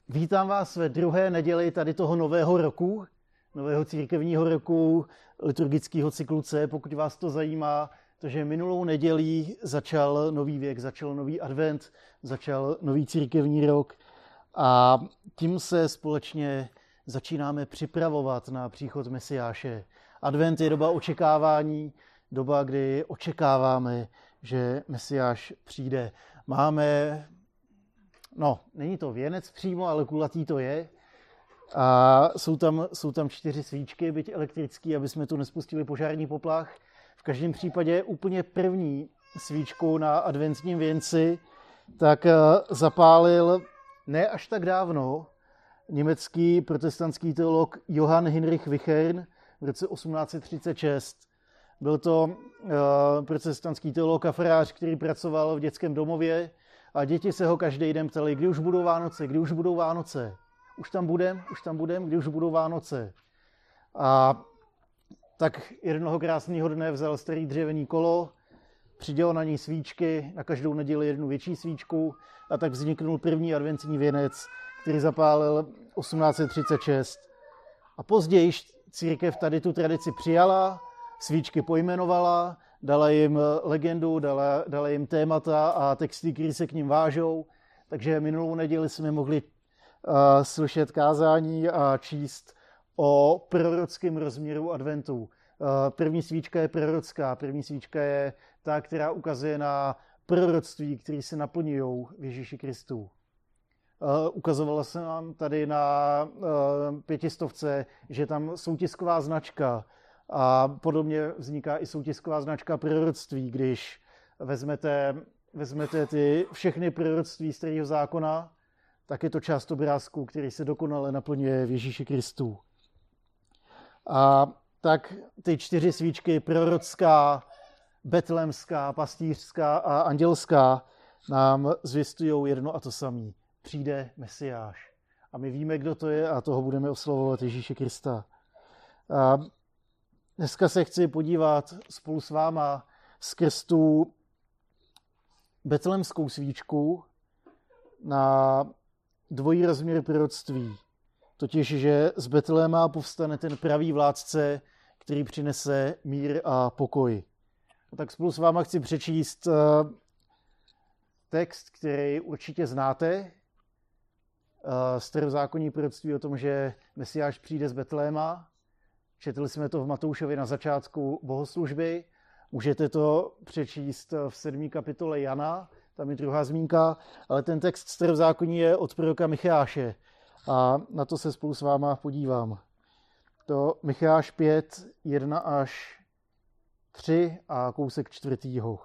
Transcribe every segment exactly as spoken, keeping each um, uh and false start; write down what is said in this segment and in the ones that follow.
Vítám vás ve druhé neděli tady toho nového roku, nového církevního roku, liturgického cyklu C, pokud vás to zajímá, protože minulou nedělí začal nový věk, začal nový advent, začal nový církevní rok a tím se společně začínáme připravovat na příchod Mesiáše. Advent je doba očekávání, doba, kdy očekáváme, že Mesiáš přijde. Máme, no, není to věnec přímo, ale kulatý to je. A jsou tam, jsou tam čtyři svíčky, byť elektrický, aby jsme tu nespustili požární poplach. V každém případě úplně první svíčku na adventním věnci tak zapálil ne až tak dávno německý protestantský teolog Johann Heinrich Wichern v roce osmnáct set třicet šest. Byl to uh, protestantský teolog a farář, který pracoval v dětském domově a děti se ho každý den ptali, kdy už budou Vánoce, kdy už budou Vánoce. Už tam budem, už tam budem, kdy už budou Vánoce. A tak jednoho krásného dne vzal starý dřevěný kolo, přidělal na něj svíčky, na každou neděli jednu větší svíčku a tak vzniknul první adventní věnec, který zapálil osmnáct set třicet šest. A později církev tady tu tradici přijala, svíčky pojmenovala, dala jim legendu, dala, dala jim témata a texty, které se k ním vážou. Takže minulou neděli jsme mohli uh, slyšet kázání a číst o prorockém rozměru adventu. Uh, první svíčka je prorocká, první svíčka je ta, která ukazuje na proroctví, které se naplňují v Ježíši Kristu. Uh, ukazovala se nám tady na uh, pětistovce, že tam soutisková značka a podobně vzniká i soutisková značka proroctví, když vezmete, vezmete ty všechny proroctví starého zákona, tak je to část obrázku, který se dokonale naplňuje v Ježíši Kristu. A tak ty čtyři svíčky, prorocká, betlémská, pastýřská a andělská, nám zvěstují jedno a to samé. Přijde Mesiáš. A my víme, kdo to je a toho budeme oslavovat Ježíše Krista. A dneska se chci podívat spolu s váma skrz tu betlémskou svíčku na dvojí rozměr proroctví. Totiž, že z Betléma povstane ten pravý vládce, který přinese mír a pokoj. A tak spolu s váma chci přečíst text, který určitě znáte. Starozákonní proroctví o tom, že Mesiáš přijde z Betléma. Četli jsme to v Matoušovi na začátku bohoslužby. Můžete to přečíst v sedmé kapitole Jana, tam je druhá zmínka, ale ten text starozákonní je od proroka Micheáše a na to se spolu s váma podívám. To Micheáš pět, jedna až tři a kousek čtvrtýho.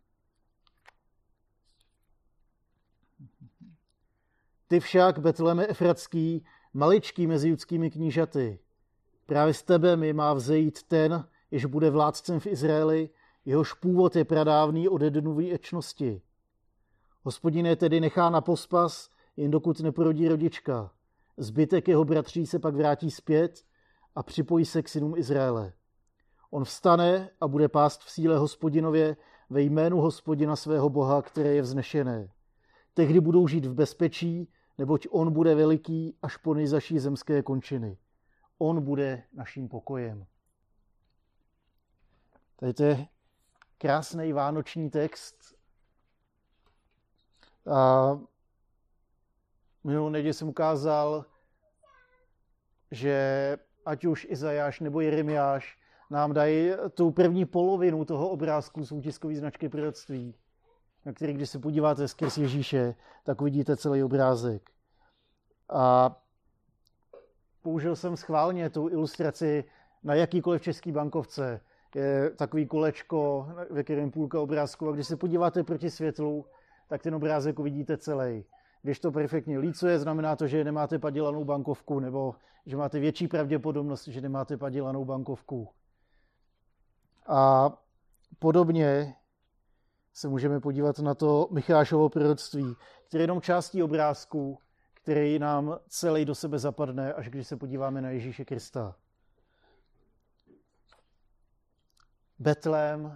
Ty však, Betléme Efratský, maličký mezi judskými knížaty, právě z tebe mi má vzejít ten, jež bude vládcem v Izraeli, jehož původ je pradávný ode dnů věčnosti. Hospodin je tedy nechá na pospas, jen dokud neporodí rodička. Zbytek jeho bratří se pak vrátí zpět a připojí se k synům Izraele. On vstane a bude pást v síle Hospodinově ve jménu Hospodina svého Boha, které je vznešené. Tehdy budou žít v bezpečí, neboť on bude veliký až po nejzaší zemské končiny. On bude naším pokojem. Tady to je krásný vánoční text. A minulou neděli jsem ukázal, že ať už Izajáš nebo Jeremiáš nám dají tu první polovinu toho obrázku soutiskové značky proroctví, na který, když se podíváte skrz Ježíše, tak uvidíte celý obrázek. A použil jsem schválně tu ilustraci na jakýkoliv český bankovce. Je takový kolečko, ve kterém půlka obrázku, a když se podíváte proti světlu, tak ten obrázek uvidíte celý. Když to perfektně lícuje, znamená to, že nemáte padělanou bankovku, nebo že máte větší pravděpodobnost, že nemáte padělanou bankovku. A podobně se můžeme podívat na to Michášovo proroctví, které je jenom částí obrázku, který nám celý do sebe zapadne, až když se podíváme na Ježíše Krista. Betlém,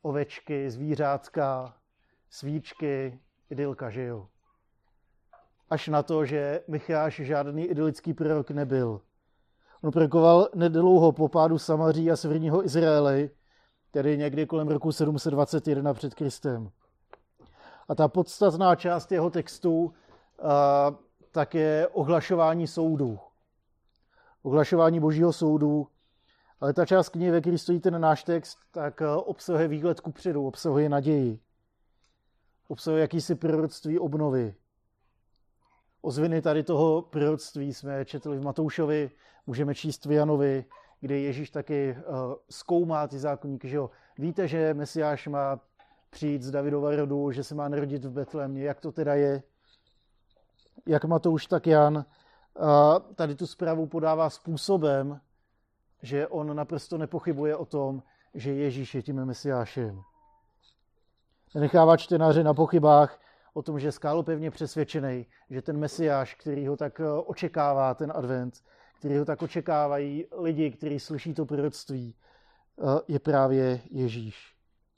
ovečky, zvířátka, svíčky, idylka, že jo? až na to, že Micháš žádný idylický prorok nebyl. On prorokoval nedlouho po pádu Samaří a severního Izraele, tedy někdy kolem roku sedm set dvacet jedna před Kristem. A ta podstatná část jeho textu a, tak je ohlašování soudu. Ohlašování Božího soudu. Ale ta část knihy, ve které stojí ten náš text, tak obsahuje výhled kupředu, obsahuje naději. Obsahuje jakýsi proroctví obnovy. Ozvěny tady toho proroctví jsme četli v Matoušovi, můžeme číst v Janovi, kde Ježíš taky uh, zkoumá ty zákonníky, že jo. Víte, že Mesiáš má přijít z Davidova rodu, že se má narodit v Betlémě, jak to teda je? Jak Matouš, tak Jan uh, tady tu zprávu podává způsobem, že on naprosto nepochybuje o tom, že Ježíš je tím Mesiášem. Nenechává čtenáře na pochybách o tom, že je skálopevně přesvědčený, že ten Mesiáš, který ho tak očekává, ten advent, který ho tak očekávají lidi, kteří slyší to proroctví, je právě Ježíš.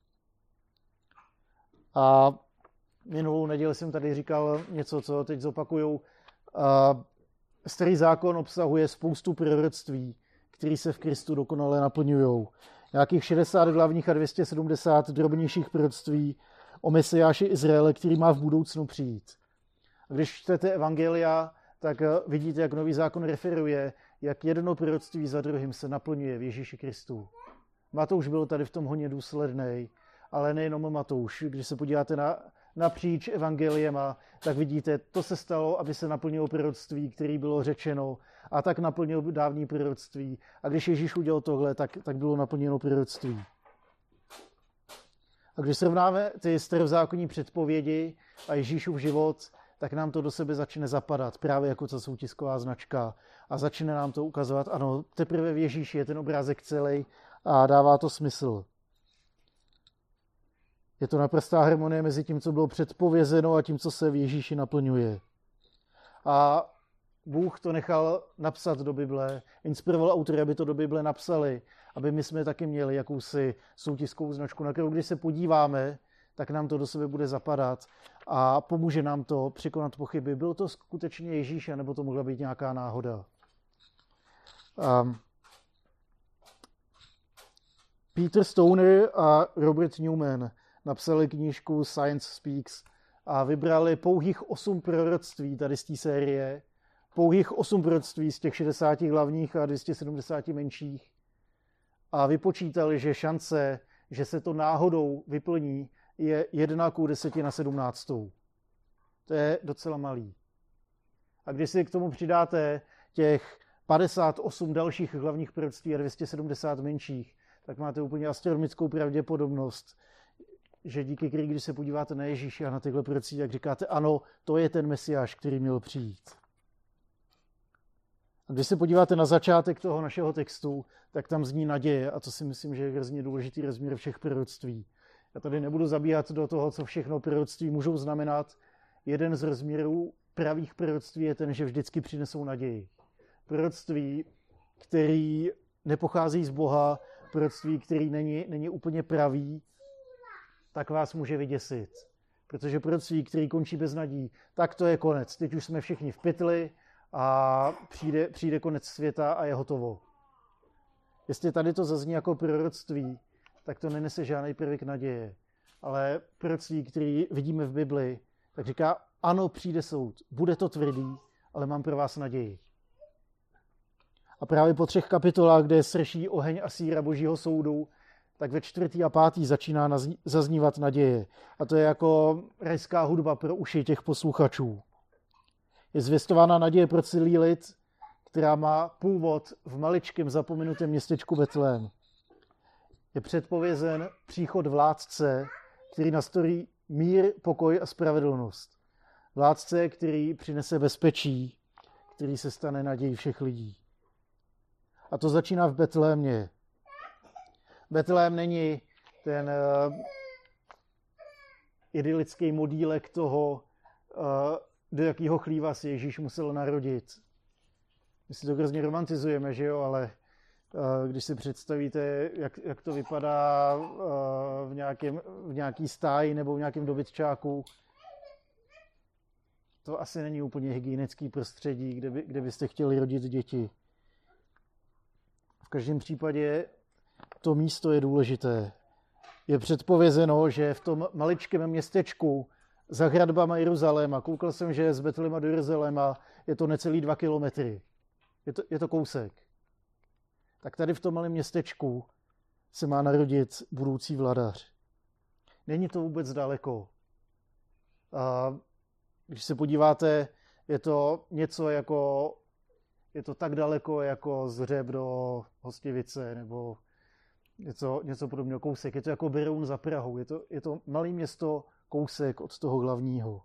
A minulou neděli jsem tady říkal něco, co teď zopakuju. Starý zákon obsahuje spoustu proroctví, které se v Kristu dokonale naplňují. Nějakých šedesát hlavních a dvě stě sedmdesát drobnějších proroctví o Mesiáši Izraele, který má v budoucnu přijít. A když čtete evangelia, tak vidíte, jak Nový zákon referuje, jak jedno proroctví za druhým se naplňuje v Ježíši Kristu. Matouš byl tady v tom hodně důsledný, ale nejenom Matouš. Když se podíváte na, napříč evangeliema, tak vidíte, to se stalo, aby se naplnilo proroctví, které bylo řečeno, a tak naplnilo dávný proroctví. A když Ježíš udělal tohle, tak, tak bylo naplněno proroctví. A když srovnáme ty starozákonní předpovědi a Ježíšův život, tak nám to do sebe začne zapadat, právě jako co jsou tisková značka. A začne nám to ukazovat, ano, teprve v Ježíši je ten obrázek celý a dává to smysl. Je to naprostá harmonie mezi tím, co bylo předpovězeno a tím, co se v Ježíši naplňuje. A Bůh to nechal napsat do Bible, inspiroval autory, aby to do Bible napsali, aby my jsme taky měli jakousi soutiskovou značku, na kterou když se podíváme, tak nám to do sebe bude zapadat a pomůže nám to překonat pochyby. Byl to skutečně Ježíš, nebo to mohla být nějaká náhoda? Um, Peter Stoner a Robert Newman napsali knížku Science Speaks a vybrali pouhých osm proroctví tady z té série, pouhých osm proroctví z těch šedesáti hlavních a dvě stě sedmdesáti menších a vypočítali, že šance, že se to náhodou vyplní, je jedna ku deseti na sedmnáctou. To je docela malý. A když si k tomu přidáte těch padesát osm dalších hlavních proroctví a dvě stě sedmdesát menších, tak máte úplně astronomickou pravděpodobnost, že díky který, když se podíváte na Ježíše a na tyhle proroctví, tak říkáte, ano, to je ten Mesiáš, který měl přijít. A když se podíváte na začátek toho našeho textu, tak tam zní naděje a to si myslím, že je hrozně důležitý rozměr všech proroctví. Já tady nebudu zabíhat do toho, co všechno proroctví můžou znamenat. Jeden z rozměrů pravých proroctví je ten, že vždycky přinesou naději. Proroctví, který nepochází z Boha, proroctví, který není, není úplně pravý, tak vás může vyděsit. Protože proroctví, který končí bez nadějí, tak to je konec. Teď už jsme všichni v pytli a přijde, přijde konec světa a je hotovo. Jestli tady to zazní jako proroctví, tak to nenese žádný prvek naděje. Ale proroctví, který vidíme v Bibli, tak říká, ano, přijde soud, bude to tvrdý, ale mám pro vás naději. A právě po třech kapitolách, kde srší oheň a síra Božího soudu, tak ve čtvrtý a pátý začíná zaznívat naděje. A to je jako rajská hudba pro uši těch posluchačů. Je zvěstována naděje pro celý lid, která má původ v maličkém zapomenutém městečku Betlém. Je předpovězen příchod vládce, který nastolí mír, pokoj a spravedlnost. Vládce, který přinese bezpečí, který se stane nadějí všech lidí. A to začíná v Betlémě. Betlém není ten uh, idylický modílek toho, uh, do jakého chlíva si Ježíš musel narodit. My si to hrozně romantizujeme, že jo, ale uh, když si představíte, jak, jak to vypadá uh, v, nějakém, v nějaký stáji nebo v nějakém dobytčáku, to asi není úplně hygienický prostředí, kde, by, kde byste chtěli rodit děti. V každém případě to místo je důležité. Je předpovězeno, že v tom maličkém městečku za hradbama Jeruzaléma, koukal jsem, že z Betlema do Jeruzaléma je to necelý dva kilometry. Je to, je to kousek. Tak tady v tom malém městečku se má narodit budoucí vladař. Není to vůbec daleko. A když se podíváte, je to něco jako, je to tak daleko jako z Hřeb do Hostivice, nebo něco, něco podobného, kousek. Je to jako Beroun za Prahou. Je to, je to malé město, kousek od toho hlavního.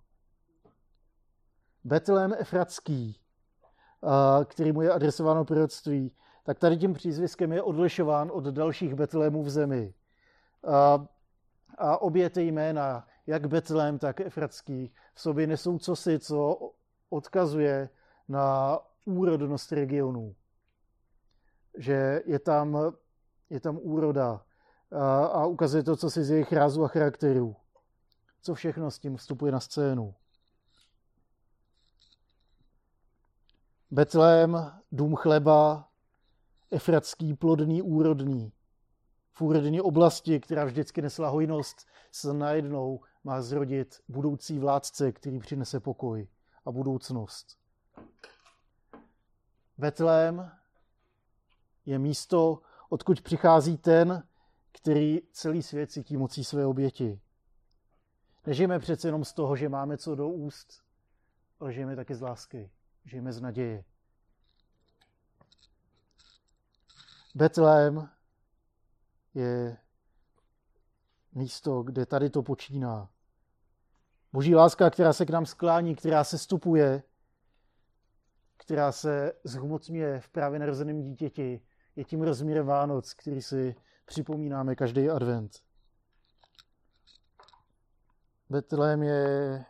Betlém Efratský, který mu je adresováno proroctví, tak tady tím přízviskem je odlišován od dalších Betlémů v zemi. A, a obě ty jména, jak Betlém, tak Efratský, v sobě nesou cosi, co odkazuje na úrodnost regionu. Že je tam, je tam úroda a, a ukazuje to, co si z jejich rázu a charakteru. Co všechno s tím vstupuje na scénu. Betlém, dům chleba, Efratský, plodný, úrodný. V úrodní oblasti, která vždycky nesla hojnost, se najednou má zrodit budoucí vládce, který přinese pokoj a budoucnost. Betlém je místo, odkud přichází ten, který celý svět cítí mocí své oběti. Nežijeme přece jenom z toho, že máme co do úst, ale žijeme taky z lásky, žijeme z naděje. Betlém je místo, kde tady to počíná. Boží láska, která se k nám sklání, která se stupuje, která se zhmotňuje v právě narozeném dítěti, je tím rozměrem Vánoc, který si připomínáme každý advent. Betlém je...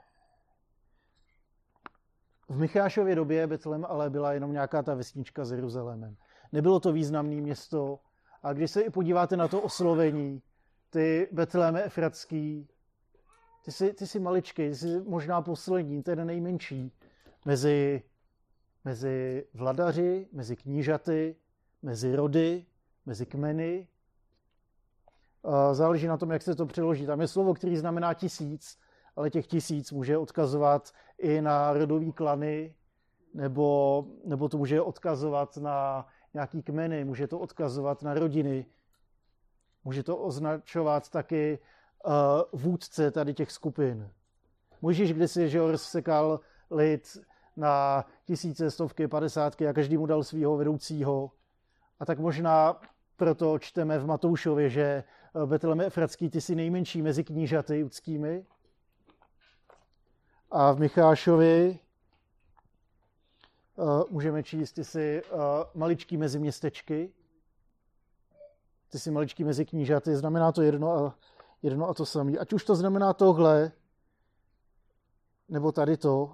V Michášově době Betlém ale byla jenom nějaká ta vesnička s Jeruzalémem. Nebylo to významné město. A když se i podíváte na to oslovení, ty Betléme Efratský, ty jsi, ty jsi maličký, ty jsi možná poslední, ten nejmenší mezi, mezi vladaři, mezi knížaty, mezi rody, mezi kmeny. Záleží na tom, jak se to přeloží. Tam je slovo, který znamená tisíc, ale těch tisíc může odkazovat i na rodový klany, nebo, nebo to může odkazovat na nějaký kmeny, může to odkazovat na rodiny, může to označovat taky uh, vůdce tady těch skupin. Mojžíš kdysi, že ho rozsekal lid na tisíce, stovky, padesátky a každý mu dal svýho vedoucího. A tak možná proto čteme v Matoušově, že Betlém Efratský, ty jsi nejmenší mezi knížaty judskými. A v Michášovi uh, můžeme číst, ty jsi uh, maličký mezi městečky, ty jsi maličký mezi knížaty, znamená to jedno a, jedno a to samé. Ať už to znamená tohle, nebo tady to,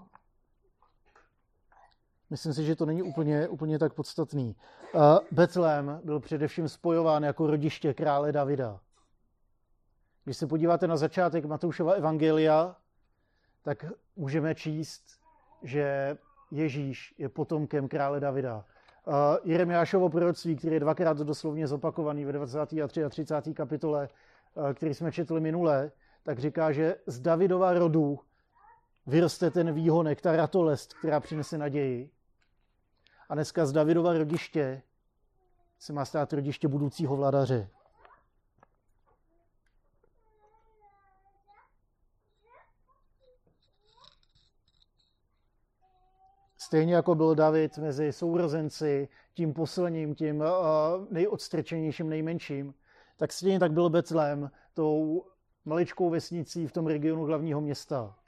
myslím si, že to není úplně, úplně tak podstatný. Uh, Betlém byl především spojován jako rodiště krále Davida. Když se podíváte na začátek Matoušova evangelia, tak můžeme číst, že Ježíš je potomkem krále Davida. Uh, Jeremiášovo proroctví, který je dvakrát doslovně zopakovaný ve dvacáté a třicáté třetí kapitole, uh, který jsme četli minule, tak říká, že z Davidova rodu vyroste ten výhonek, ta ratolest, která přinese naději. A dneska z Davidova rodiště se má stát rodiště budoucího vladaře. Stejně jako byl David mezi sourozenci, tím posledním, tím uh, nejodstrčenějším, nejmenším, tak stejně tak byl Betlém tou maličkou vesnicí v tom regionu hlavního města.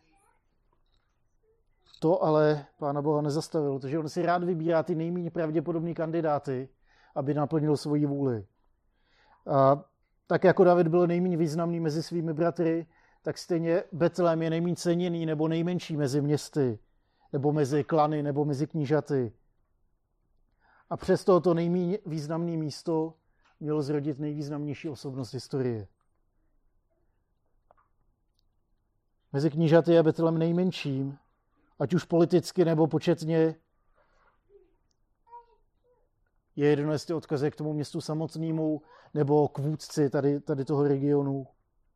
To ale Pána Boha nezastavilo, protože on si rád vybírá ty nejméně pravděpodobný kandidáty, aby naplnil svoji vůli. A tak jako David byl nejméně významný mezi svými bratry, tak stejně Betlém je nejméně ceněný nebo nejmenší mezi městy, nebo mezi klany, nebo mezi knížaty. A přesto to nejméně významné místo mělo zrodit nejvýznamnější osobnost historie. Mezi knížaty je Betlém nejmenším, ať už politicky nebo početně. Je jedno, jestli odkazuje k tomu městu samotnému nebo k vůdci tady, tady toho regionu.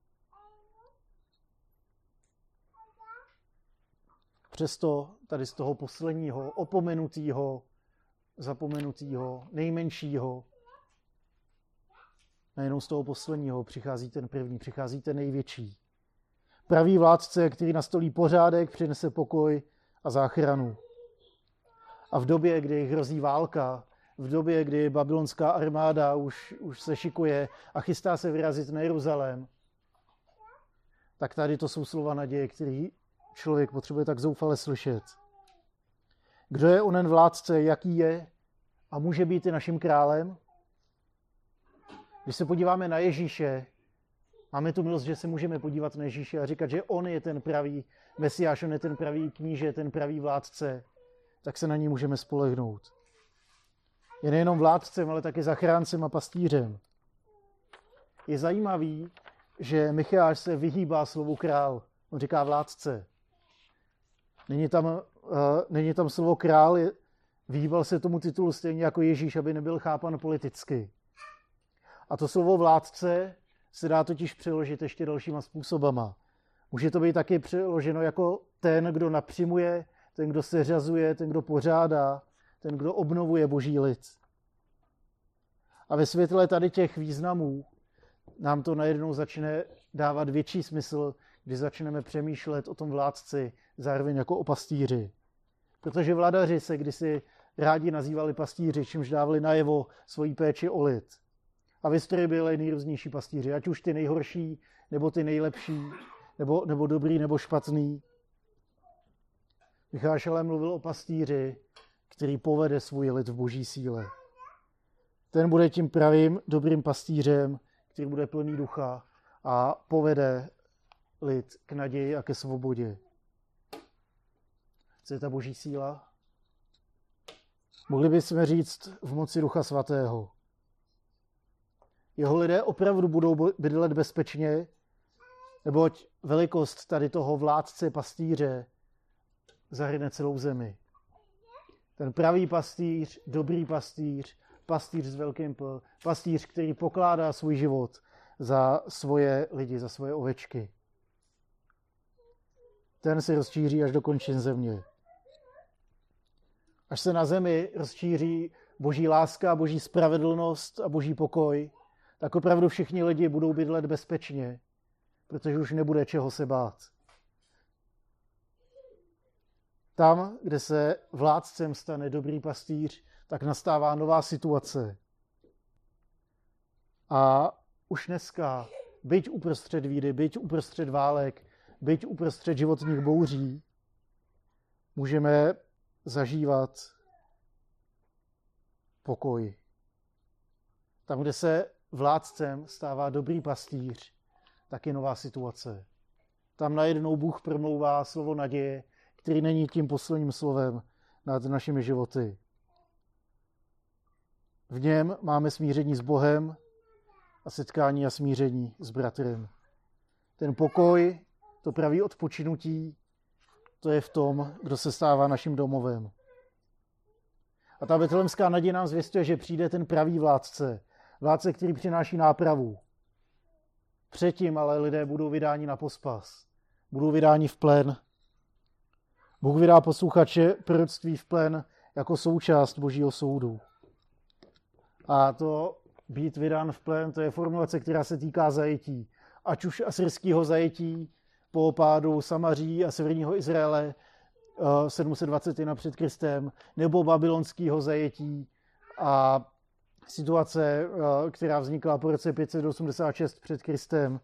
Přesto tady z toho posledního, opomenutého, zapomenutého, nejmenšího, nejenom z toho posledního přichází ten první, přichází ten největší. Pravý vládce, který nastolí pořádek, přinese pokoj a záchranu. A v době, kdy hrozí válka, v době, kdy babylonská armáda už, už se šikuje a chystá se vyrazit na Jeruzalém, tak tady to jsou slova naděje, který člověk potřebuje tak zoufale slyšet. Kdo je onen vládce, jaký je a může být i naším králem? Když se podíváme na Ježíše, máme tu milost, že se můžeme podívat na Ježíše a říkat, že on je ten pravý mesiáš, on je ten pravý kníže, ten pravý vládce, tak se na ní můžeme spolehnout. Je nejenom vládcem, ale taky zachráncem a pastýřem. Je zajímavý, že Micheáš se vyhýbá slovu král. On říká vládce. Není tam, uh, není tam slovo král, je, vyhýbal se tomu titulu stejně jako Ježíš, aby nebyl chápan politicky. A to slovo vládce se dá totiž přeložit ještě dalšíma způsobama. Může to být taky přeloženo jako ten, kdo napřimuje, ten, kdo seřazuje, ten, kdo pořádá, ten, kdo obnovuje boží lid. A ve světle tady těch významů nám to najednou začne dávat větší smysl, když začneme přemýšlet o tom vládci zároveň jako o pastýři. Protože vladaři se kdysi rádi nazývali pastýři, čímž dávali najevo svoji péči o lid. A v historii byli nejrůznější pastýři, ať už ty nejhorší, nebo ty nejlepší, nebo, nebo dobrý, nebo špatný. Micháš ale mluvil o pastýři, který povede svůj lid v boží síle. Ten bude tím pravým, dobrým pastýřem, který bude plný ducha a povede lid k naději a ke svobodě. Co je ta boží síla? Mohli bychom říct v moci Ducha Svatého. Jeho lidé opravdu budou bydlet bezpečně, neboť velikost tady toho vládce pastýře zahrne celou zemi. Ten pravý pastýř, dobrý pastýř, pastýř s velkým P, pastýř, který pokládá svůj život za svoje lidi, za svoje ovečky. Ten se rozšíří až do končin země. Až se na zemi rozšíří boží láska, boží spravedlnost a boží pokoj, tak opravdu všichni lidi budou bydlet bezpečně, protože už nebude čeho se bát. Tam, kde se vládcem stane dobrý pastýř, tak nastává nová situace. A už dneska, byť uprostřed víry, byť uprostřed válek, byť uprostřed životních bouří, můžeme zažívat pokoj. Tam, kde se vládcem stává dobrý pastýř, tak je nová situace. Tam najednou Bůh promlouvá slovo naděje, který není tím posledním slovem nad našimi životy. V něm máme smíření s Bohem a setkání a smíření s bratrem. Ten pokoj, to pravý odpočinutí, to je v tom, kdo se stává naším domovem. A ta betlémská naděje nám zvěstuje, že přijde ten pravý vládce. Vládce, který přináší nápravu. Předtím ale lidé budou vydáni na pospas. Budou vydáni v plen. Bůh vydá posluchače proroctví v plen jako součást božího soudu. A to být vydán v plen, to je formulace, která se týká zajetí. Ať už asyrského zajetí po pádu Samaří a severního Izraele sedm set dvacet jedna před Kristem, nebo babylonského zajetí a situace, která vznikla po roce pět set osmdesát šest před Kristem,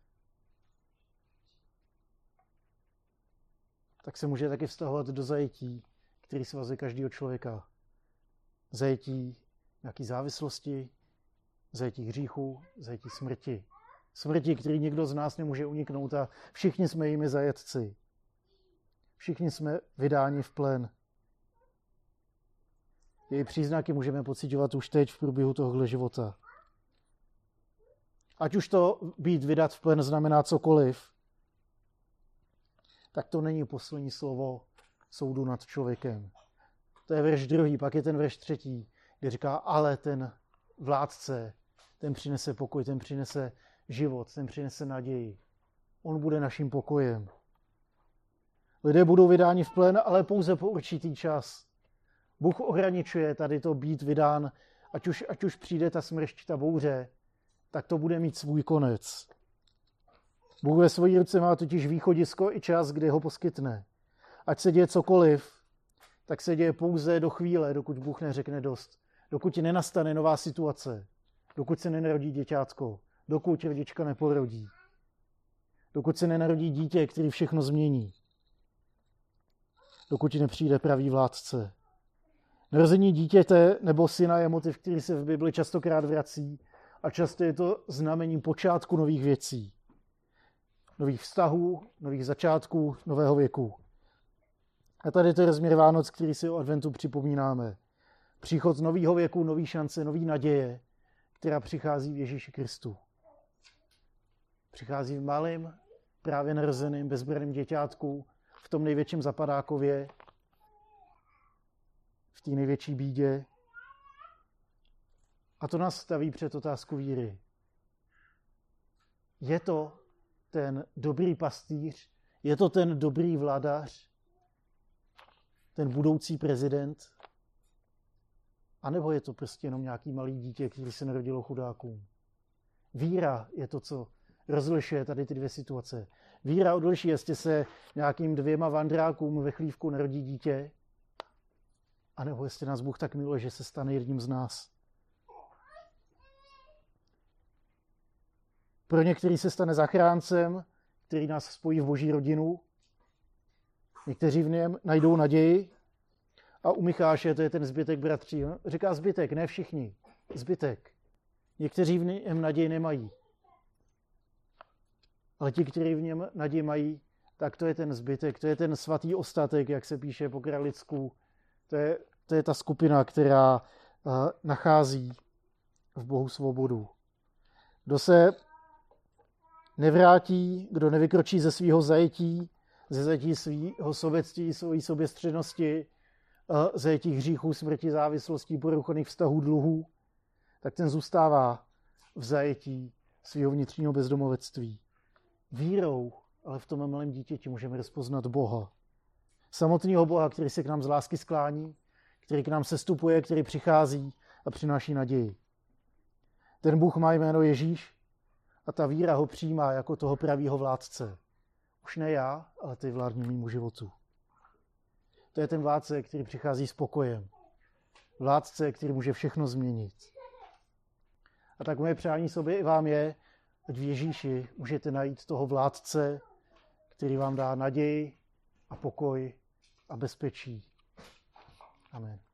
tak se může taky vztahovat do zajetí, který svazuje každého člověka. Zajetí nějaký závislosti, zajetí hříchu, zajetí smrti. Smrti, který nikdo z nás nemůže uniknout a všichni jsme jimi zajetci. Všichni jsme vydáni v plen. Její příznaky můžeme pociťovat už teď v průběhu tohohle života. Ať už to být vydat v plen znamená cokoliv, tak to není poslední slovo soudu nad člověkem. To je verš druhý, pak je ten verš třetí, kde říká, ale ten vládce, ten přinese pokoj, ten přinese život, ten přinese naději. On bude naším pokojem. Lidé budou vydáni v plen, ale pouze po určitý čas. Bůh ohraničuje tady to být vydán, ať už, ať už přijde ta smršť, ta bouře, tak to bude mít svůj konec. Bůh ve své ruce má totiž východisko i čas, kdy ho poskytne. Ať se děje cokoliv, tak se děje pouze do chvíle, dokud Bůh neřekne dost. Dokud nenastane nová situace, dokud se nenarodí děťátko, dokud rodička neporodí, dokud se nenarodí dítě, který všechno změní, dokud nepřijde pravý vládce. Narození dítěte nebo syna je motiv, který se v Bibli častokrát vrací a často je to znamením počátku nových věcí. Nových vztahů, nových začátků, nového věku. A tady je to rozměr Vánoc, který si o adventu připomínáme. Příchod z nového věku, nový šance, nový naděje, která přichází v Ježíši Kristu. Přichází v malém, právě narozeném, bezbranném děťátku, v tom největším zapadákově, v té největší bídě. A to nás staví před otázku víry. Je to ten dobrý pastýř? Je to ten dobrý vladař? Ten budoucí prezident? A nebo je to prostě jenom nějaký malý dítě, který se narodilo chudákům? Víra je to, co rozlišuje tady ty dvě situace. Víra odliší, jestli se nějakým dvěma vandrákům ve chlívku narodí dítě, anebo jestli nás Bůh tak miluje, že se stane jedním z nás. Pro některý se stane zachráncem, který nás spojí v boží rodinu. Někteří v něm najdou naději. A u Micháše, to je ten zbytek bratří. Říká zbytek, ne všichni. Zbytek. Někteří v něm naději nemají. Ale ti, kteří v něm naději mají, tak to je ten zbytek, to je ten svatý ostatek, jak se píše po Kralicku. To je, to je ta skupina, která uh, nachází v Bohu svobodu. Kdo se nevrátí, kdo nevykročí ze svého zajetí, ze zajetí svého sobectví, svojí soběstřednosti, uh, zajetí hříchů, smrti, závislostí, porušených vztahů, dluhů, tak ten zůstává v zajetí svého vnitřního bezdomovectví. Vírou, ale v tom malém dítěti můžeme rozpoznat Boha. Samotného Boha, který se k nám z lásky sklání, který k nám sestupuje, který přichází a přináší naději. Ten Bůh má jméno Ježíš a ta víra ho přijímá jako toho pravýho vládce. Už ne já, ale ty vládni mému životu. To je ten vládce, který přichází s pokojem. Vládce, který může všechno změnit. A tak moje přání sobě i vám je, ať v Ježíši můžete najít toho vládce, který vám dá naději a pokoj a bezpečí. Amen.